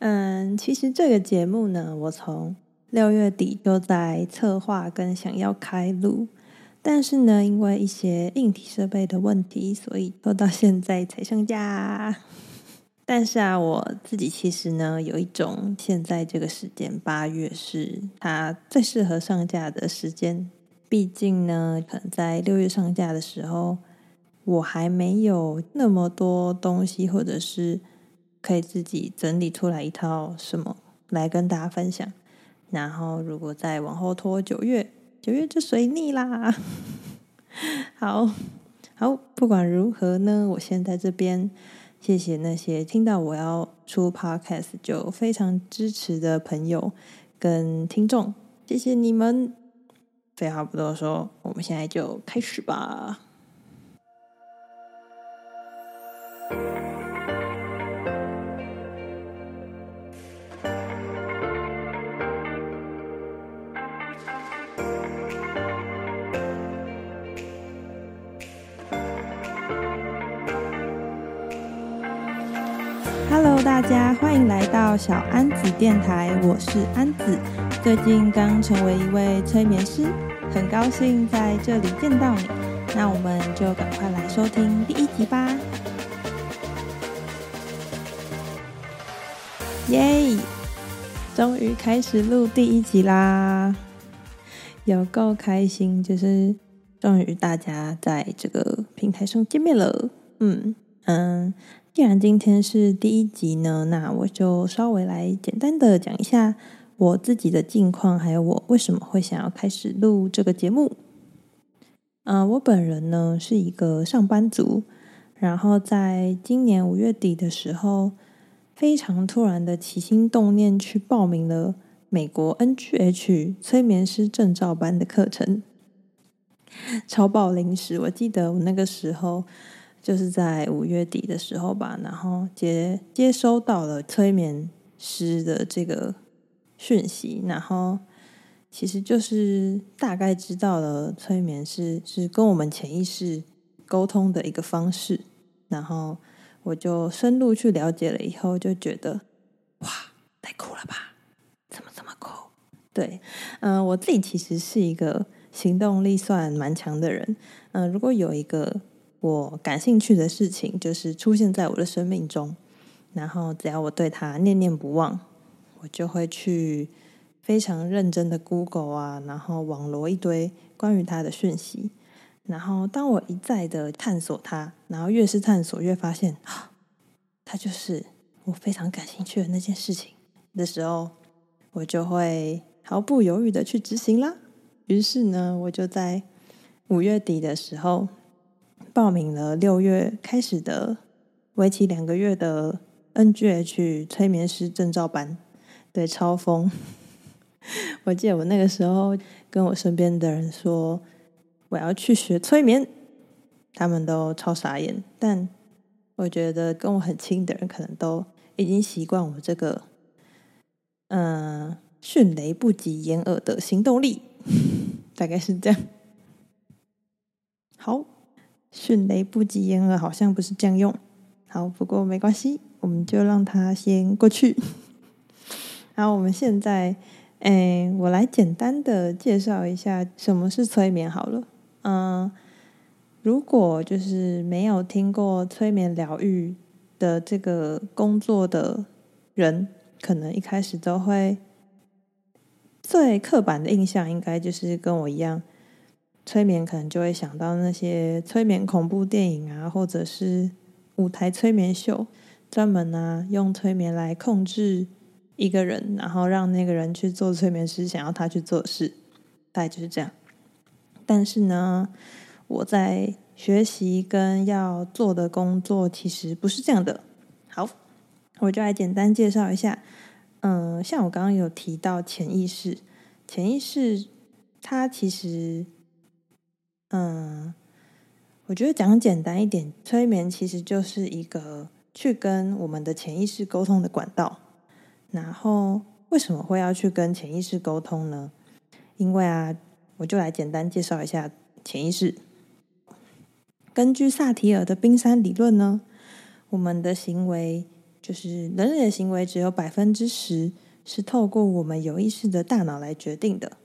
其实这个节目呢，我从6月底就在策划跟想要开录，但是呢，因为一些硬体设备的问题，所以拖到现在才上架。但是我自己其实呢，有一种现在这个时间8月是它最适合上架的时间。毕竟呢，可能在6月上架的时候，我还没有那么多东西，或者是可以自己整理出来一套什么来跟大家分享。然后如果再往后拖9月就随你啦。好，不管如何呢，我先在这边谢谢那些听到我要出 podcast 就非常支持的朋友跟听众，谢谢你们。废话不多说，我们现在就开始吧。Hello， 大家欢迎来到小安子电台，我是安子，最近刚成为一位催眠师，很高兴在这里见到你。那我们就赶快来收听第1集吧。耶！终于开始录第1集啦，有够开心，就是终于大家在这个平台上见面了。既然今天是第1集呢，那我就稍微来简单的讲一下我自己的近况，还有我为什么会想要开始录这个节目。我本人呢是一个上班族，然后在今年5月底的时候，非常突然的起心动念去报名了美国 NGH 催眠师证照班的课程，超爆临时。我记得我那个时候就是在5月底的时候吧，然后接收到了催眠师的这个讯息，然后其实就是大概知道了催眠是跟我们潜意识沟通的一个方式，然后我就深入去了解了以后，就觉得哇，太酷了吧，怎么这么酷？对，我自己其实是一个行动力算蛮强的人，如果有一个我感兴趣的事情就是出现在我的生命中，然后只要我对它念念不忘，我就会去非常认真的 Google 然后网罗一堆关于它的讯息，然后当我一再的探索它，然后越是探索越发现它就是我非常感兴趣的那件事情的时候，我就会毫不犹豫的去执行啦。于是呢，我就在5月底的时候报名了6月开始的为期2个月的 NGH 催眠师证照班。对，超疯。我记得我那个时候跟我身边的人说我要去学催眠，他们都超傻眼，但我觉得跟我很亲的人可能都已经习惯我这个迅雷不及掩耳的行动力，大概是这样。好，迅雷不及掩耳好像不是这样用，好，不过没关系，我们就让它先过去。然后我们现在我来简单的介绍一下什么是催眠好了。如果就是没有听过催眠疗愈的这个工作的人，可能一开始都会最刻板的印象应该就是跟我一样，催眠可能就会想到那些催眠恐怖电影或者是舞台催眠秀，专门用催眠来控制一个人，然后让那个人去做催眠师想要他去做的事，大概就是这样。但是呢，我在学习跟要做的工作其实不是这样的。好，我就来简单介绍一下。像我刚刚有提到潜意识它其实我觉得讲简单一点，催眠其实就是一个去跟我们的潜意识沟通的管道。然后为什么会要去跟潜意识沟通呢？因为我就来简单介绍一下潜意识。根据萨提尔的冰山理论呢，我们的行为就是人类的行为只有10%是透过我们有意识的大脑来决定的。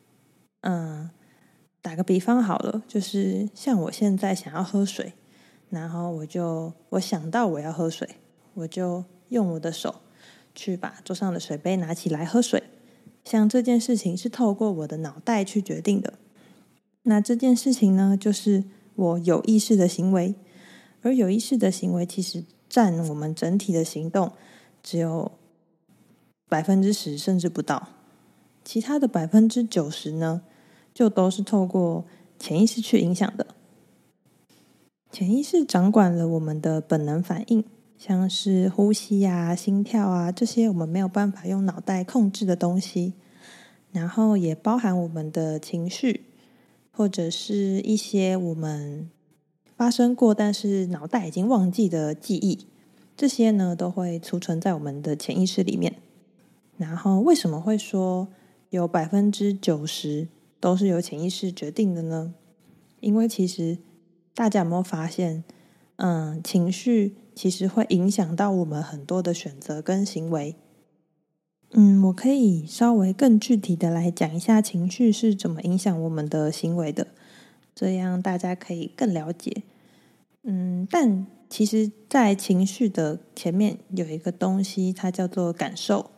打个比方好了，就是像我现在想要喝水，然后我想到我要喝水，我就用我的手去把桌上的水杯拿起来喝水。像这件事情是透过我的脑袋去决定的，那这件事情呢，就是我有意识的行为。而有意识的行为其实占我们整体的行动只有10%甚至不到，其他的90%呢，就都是透过潜意识去影响的。潜意识掌管了我们的本能反应，像是呼吸啊、心跳啊，这些我们没有办法用脑袋控制的东西，然后也包含我们的情绪，或者是一些我们发生过但是脑袋已经忘记的记忆，这些呢都会储存在我们的潜意识里面。然后为什么会说有90%都是由潜意识决定的呢？因为其实大家有没有发现，情绪其实会影响到我们很多的选择跟行为。我可以稍微更具体的来讲一下情绪是怎么影响我们的行为的，这样大家可以更了解。但其实在情绪的前面有一个东西，它叫做感受。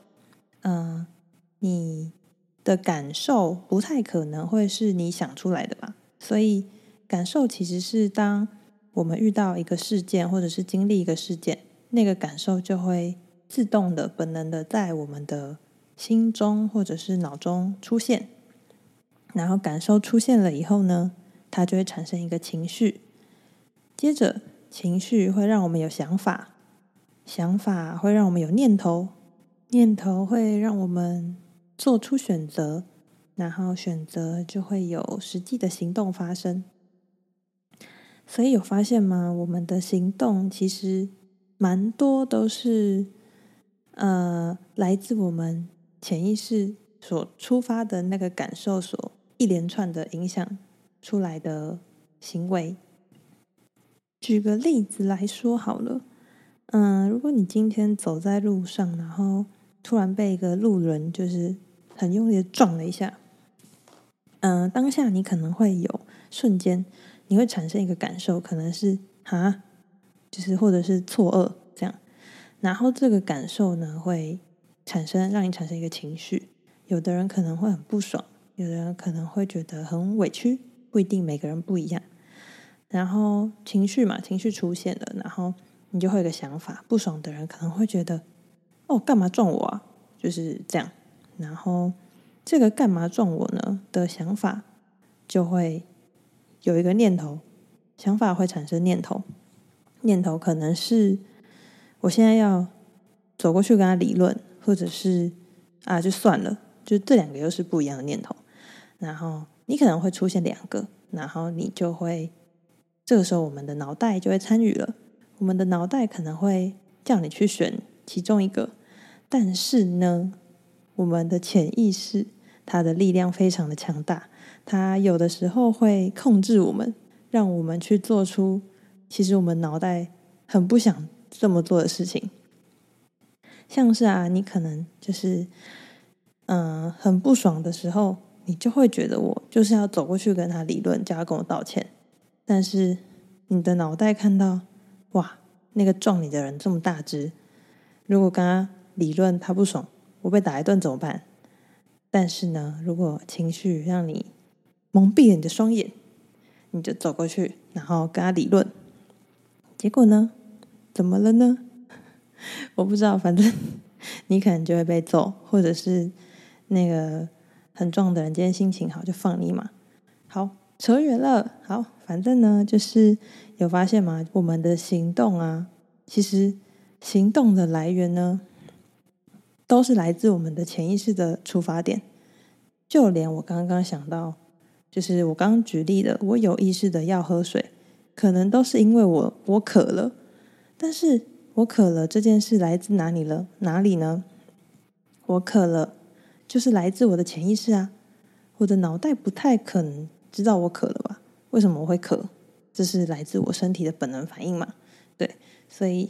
你的感受不太可能会是你想出来的吧？所以感受其实是当我们遇到一个事件或者是经历一个事件，那个感受就会自动的本能的在我们的心中或者是脑中出现，然后感受出现了以后呢，它就会产生一个情绪，接着情绪会让我们有想法，想法会让我们有念头，念头会让我们做出选择，然后选择就会有实际的行动发生。所以有发现吗？我们的行动其实蛮多都是来自我们潜意识所出发的那个感受所一连串的影响出来的行为。举个例子来说好了，如果你今天走在路上，然后突然被一个路人就是很用力的撞了一下，当下你可能会有瞬间你会产生一个感受，可能是就是或者是错愕这样，然后这个感受呢会让你产生一个情绪，有的人可能会很不爽，有的人可能会觉得很委屈，不一定，每个人不一样。然后情绪出现了，然后你就会有个想法，不爽的人可能会觉得干嘛撞我啊，就是这样。然后这个干嘛撞我呢的想法就会有一个念头，想法会产生念头，念头可能是我现在要走过去跟他理论，或者是就算了，就这两个又是不一样的念头，然后你可能会出现2个，然后你就会这个时候我们的脑袋就会参与了，我们的脑袋可能会叫你去选其中一个，但是呢，我们的潜意识它的力量非常的强大，它有的时候会控制我们，让我们去做出其实我们脑袋很不想这么做的事情。像是你可能就是很不爽的时候，你就会觉得我就是要走过去跟他理论，叫他跟我道歉。但是你的脑袋看到那个撞你的人这么大只，如果跟他理论他不爽，我被打一顿怎么办？但是呢，如果情绪让你蒙蔽了你的双眼，你就走过去，然后跟他理论，结果呢，怎么了呢？我不知道，反正你可能就会被揍，或者是那个很壮的人今天心情好就放你嘛。好，扯远了。好，反正呢就是有发现吗？我们的行动其实行动的来源呢都是来自我们的潜意识的出发点。就连我刚刚想到，就是我刚刚举例的，我有意识的要喝水，可能都是因为我渴了。但是我渴了这件事来自哪里呢？我渴了就是来自我的潜意识啊，我的脑袋不太可能知道我渴了吧？为什么我会渴？这是来自我身体的本能反应嘛。对，所以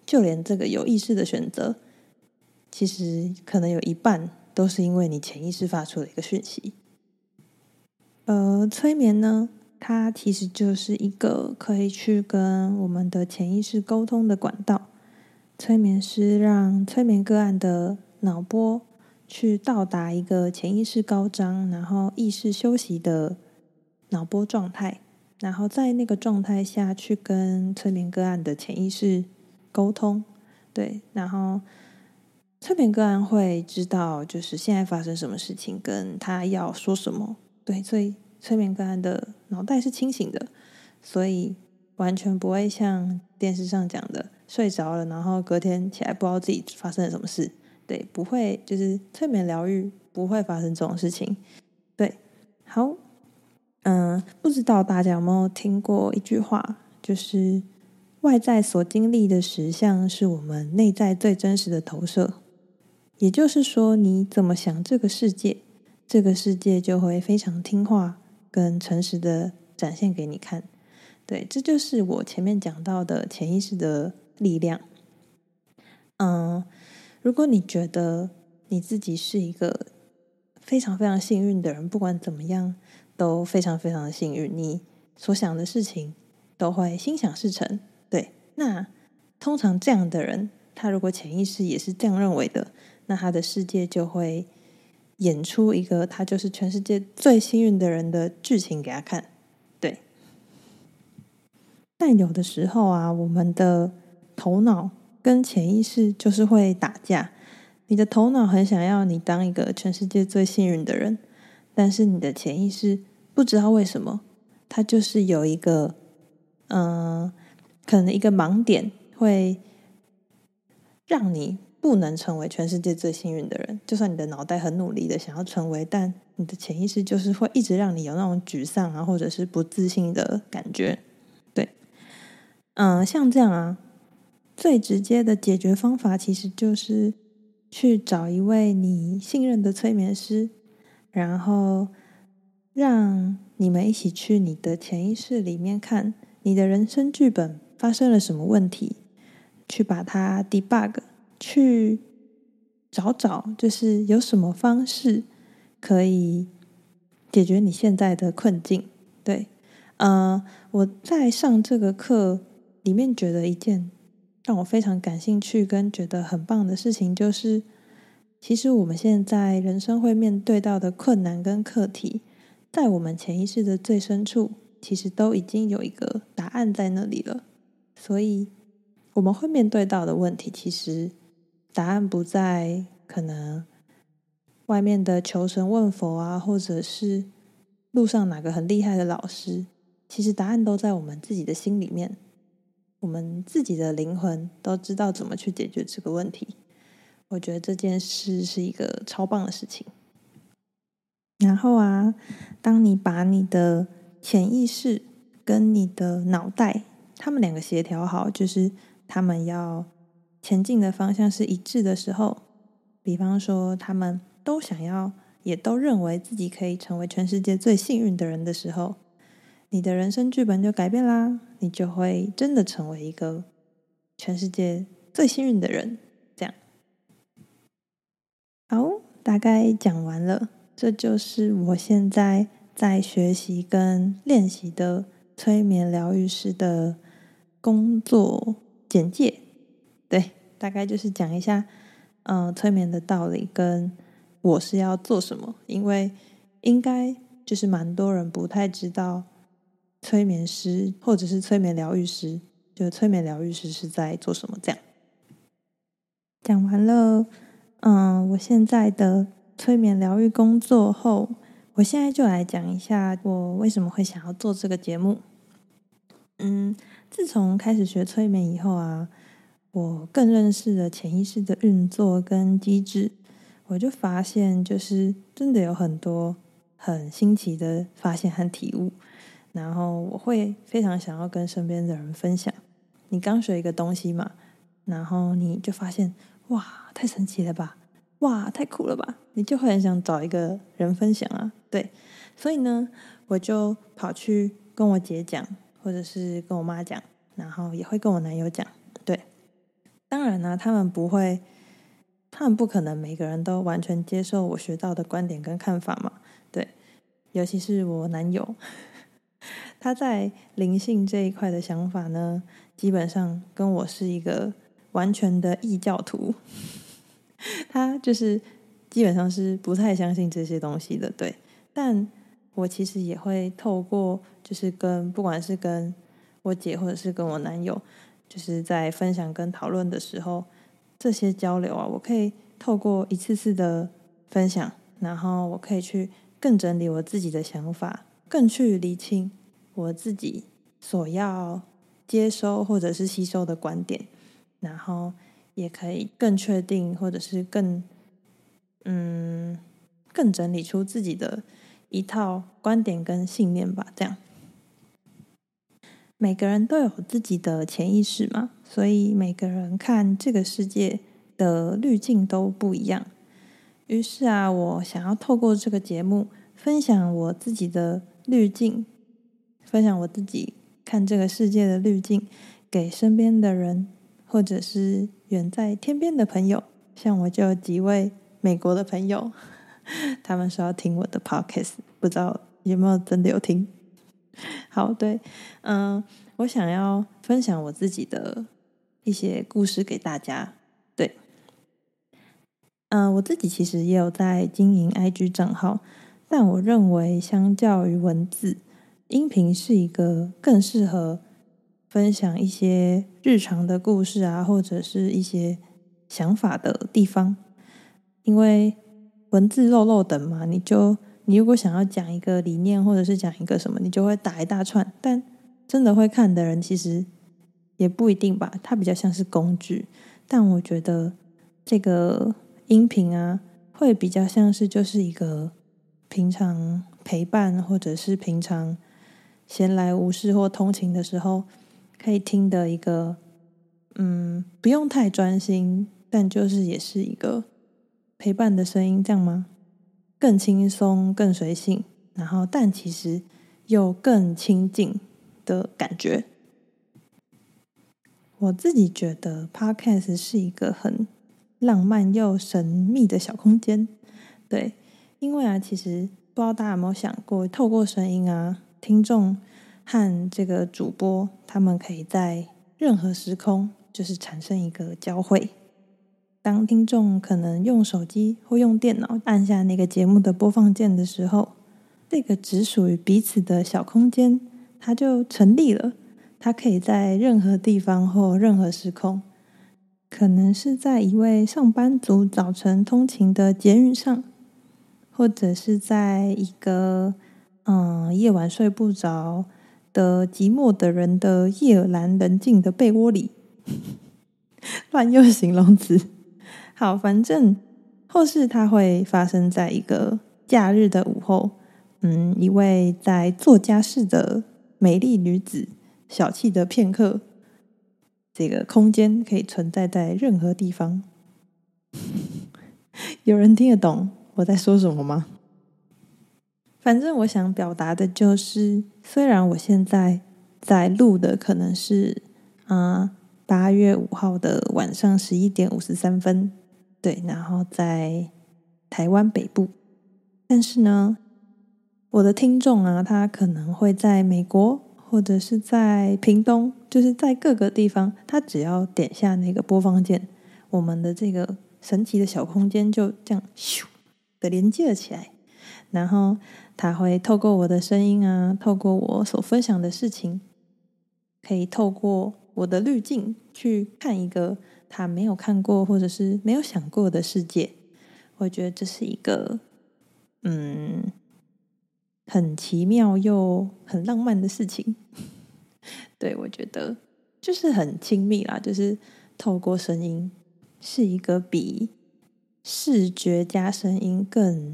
就连这个有意识的选择，其实可能有一半都是因为你潜意识发出的一个讯息。催眠呢，它其实就是一个可以去跟我们的潜意识沟通的管道。催眠师让催眠个案的脑波去到达一个潜意识高涨，然后意识休息的脑波状态，然后在那个状态下去跟催眠个案的潜意识沟通。对，然后催眠个案会知道就是现在发生什么事情，跟他要说什么。对，所以催眠个案的脑袋是清醒的，所以完全不会像电视上讲的睡着了，然后隔天起来不知道自己发生了什么事。对，不会，就是催眠疗愈不会发生这种事情。对，好，不知道大家有没有听过一句话，就是外在所经历的实相是我们内在最真实的投射。也就是说，你怎么想这个世界，这个世界就会非常听话跟诚实的展现给你看。对，这就是我前面讲到的潜意识的力量。如果你觉得你自己是一个非常非常幸运的人，不管怎么样都非常非常的幸运，你所想的事情都会心想事成。对，那通常这样的人，他如果潜意识也是这样认为的，那他的世界就会演出一个他就是全世界最幸运的人的剧情给他看。对，但有的时候啊，我们的头脑跟潜意识就是会打架。你的头脑很想要你当一个全世界最幸运的人，但是你的潜意识不知道为什么，它就是有一个可能一个盲点，会让你不能成为全世界最幸运的人。就算你的脑袋很努力的想要成为，但你的潜意识就是会一直让你有那种沮丧啊，或者是不自信的感觉。对，像这样啊，最直接的解决方法其实就是去找一位你信任的催眠师，然后让你们一起去你的潜意识里面看你的人生剧本发生了什么问题，去把它 debug， 去找就是有什么方式可以解决你现在的困境。对，我在上这个课里面觉得一件让我非常感兴趣跟觉得很棒的事情，就是其实我们现在人生会面对到的困难跟课题，在我们潜意识的最深处，其实都已经有一个答案在那里了。所以我们会面对到的问题，其实答案不在可能外面的求神问佛啊，或者是路上哪个很厉害的老师，其实答案都在我们自己的心里面。我们自己的灵魂都知道怎么去解决这个问题。我觉得这件事是一个超棒的事情。然后啊，当你把你的潜意识跟你的脑袋，他们两个协调好，就是他们要前进的方向是一致的时候，比方说他们都想要，也都认为自己可以成为全世界最幸运的人的时候，你的人生剧本就改变啦，你就会真的成为一个全世界最幸运的人。这样，好，大概讲完了，这就是我现在在学习跟练习的催眠疗愈师的工作简介。对，大概就是讲一下催眠的道理跟我是要做什么，因为应该就是蛮多人不太知道催眠师或者是催眠疗愈师，就催眠疗愈师是在做什么。这样讲完了，我现在的催眠疗愈工作后，我现在就来讲一下我为什么会想要做这个节目。自从开始学催眠以后啊，我更认识了潜意识的运作跟机制，我就发现就是真的有很多很新奇的发现和体悟，然后我会非常想要跟身边的人分享。你刚学一个东西嘛，然后你就发现哇，太神奇了吧，哇，太酷了吧，你就会很想找一个人分享啊。对，所以呢，我就跑去跟我姐讲，或者是跟我妈讲，然后也会跟我男友讲。对， 当然呢，他们不可能每个人都完全接受我学到的观点跟看法嘛。对，尤其是我男友，他在灵性这一块的想法呢，基本上跟我是一个完全的异教徒。他就是基本上是不太相信这些东西的，对。但我其实也会透过就是不管是跟我姐或者是跟我男友，就是在分享跟讨论的时候，这些交流啊，我可以透过一次次的分享，然后我可以去更整理我自己的想法，更去理清我自己所要接收或者是吸收的观点，然后也可以更确定或者是更整理出自己的一套观点跟信念吧。这样每个人都有自己的潜意识嘛，所以每个人看这个世界的滤镜都不一样。于是啊，我想要透过这个节目分享我自己的滤镜，分享我自己看这个世界的滤镜给身边的人，或者是远在天边的朋友。像我就有几位美国的朋友，他们说要听我的 podcast， 不知道有没有真的有听。好，对，我想要分享我自己的一些故事给大家。对，我自己其实也有在经营 IG 账号，但我认为相较于文字，音频是一个更适合分享一些日常的故事啊，或者是一些想法的地方。因为文字肉肉等嘛，你如果想要讲一个理念，或者是讲一个什么，你就会打一大串，但真的会看的人其实也不一定吧，它比较像是工具。但我觉得这个音频啊，会比较像是就是一个平常陪伴，或者是平常闲来无事或通勤的时候可以听的一个不用太专心，但就是也是一个陪伴的声音，这样吗？更轻松更随性，然后但其实又更亲近的感觉。我自己觉得 Podcast 是一个很浪漫又神秘的小空间。对，因为啊，其实不知道大家有没有想过，透过声音啊，听众和这个主播他们可以在任何时空就是产生一个交汇。当听众可能用手机或用电脑按下那个节目的播放键的时候，这个只属于彼此的小空间它就成立了。它可以在任何地方或任何时空，可能是在一位上班族早晨通勤的捷运上，或者是在一个夜晚睡不着的寂寞的人的夜阑人静的被窝里。乱用形容词。好，反正或是它会发生在一个假日的午后，一位在做家事的美丽女子小憩的片刻，这个空间可以存在在任何地方。有人听得懂我在说什么吗？反正我想表达的就是，虽然我现在在录的可能是8月5号的晚上11点53分，对，然后在台湾北部，但是呢，我的听众啊，他可能会在美国，或者是在屏东，就是在各个地方，他只要点下那个播放键，我们的这个神奇的小空间就这样咻的连接了起来，然后他会透过我的声音啊，透过我所分享的事情，可以透过我的滤镜去看一个他没有看过或者是没有想过的世界。我觉得这是一个很奇妙又很浪漫的事情。对，我觉得就是很亲密啦，就是透过声音是一个比视觉加声音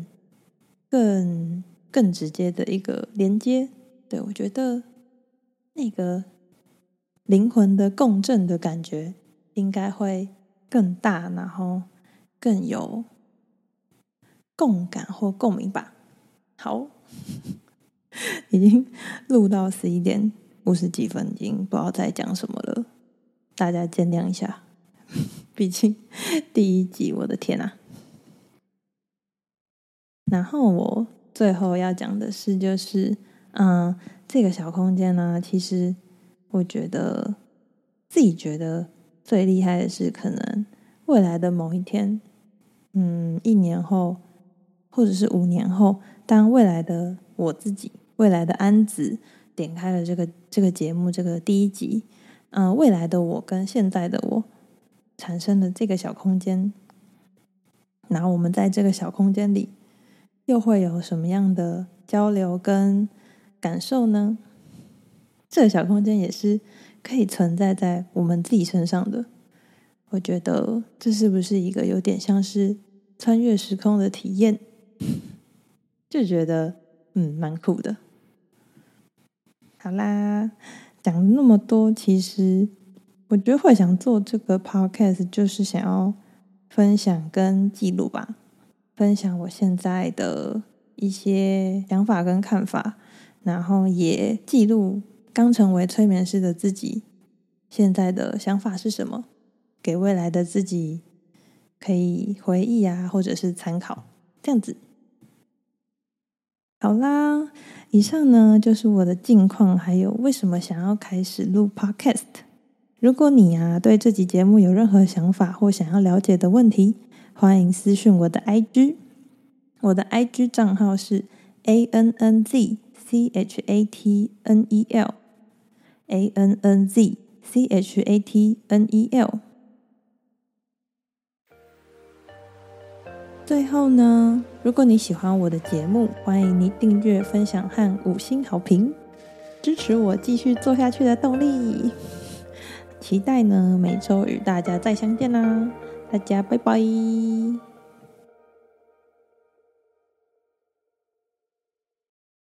更直接的一个连接。对，我觉得那个灵魂的共振的感觉应该会更大，然后更有共感或共鸣吧。好，已经录到11点50几分，已经不知道在讲什么了，大家见谅一下。 毕竟第一集，我的天啊！然后我最后要讲的是，就是这个小空间呢，其实我自己觉得最厉害的是，可能未来的某一天，1年后，或者是5年后，当未来的我自己，未来的安子点开了这个节目，这个第一集，未来的我跟现在的我产生了这个小空间，然后我们在这个小空间里又会有什么样的交流跟感受呢？这个小空间也是可以存在在我们自己身上的。我觉得这是不是一个有点像是穿越时空的体验？就觉得蛮酷的。好啦，讲了那么多，其实我觉得会想做这个 podcast 就是想要分享跟记录吧，分享我现在的一些想法跟看法，然后也记录刚成为催眠师的自己现在的想法是什么，给未来的自己可以回忆啊，或者是参考，这样子。好啦，以上呢就是我的近况，还有为什么想要开始录 podcast。如果你对这集节目有任何想法或想要了解的问题，欢迎私讯我的 IG。我的 IG 账号是 ANNZCHATNEL。最后呢，如果你喜欢我的节目，欢迎你订阅、分享和5星好评，支持我继续做下去的动力。期待呢每周与大家再相见啦，大家拜拜。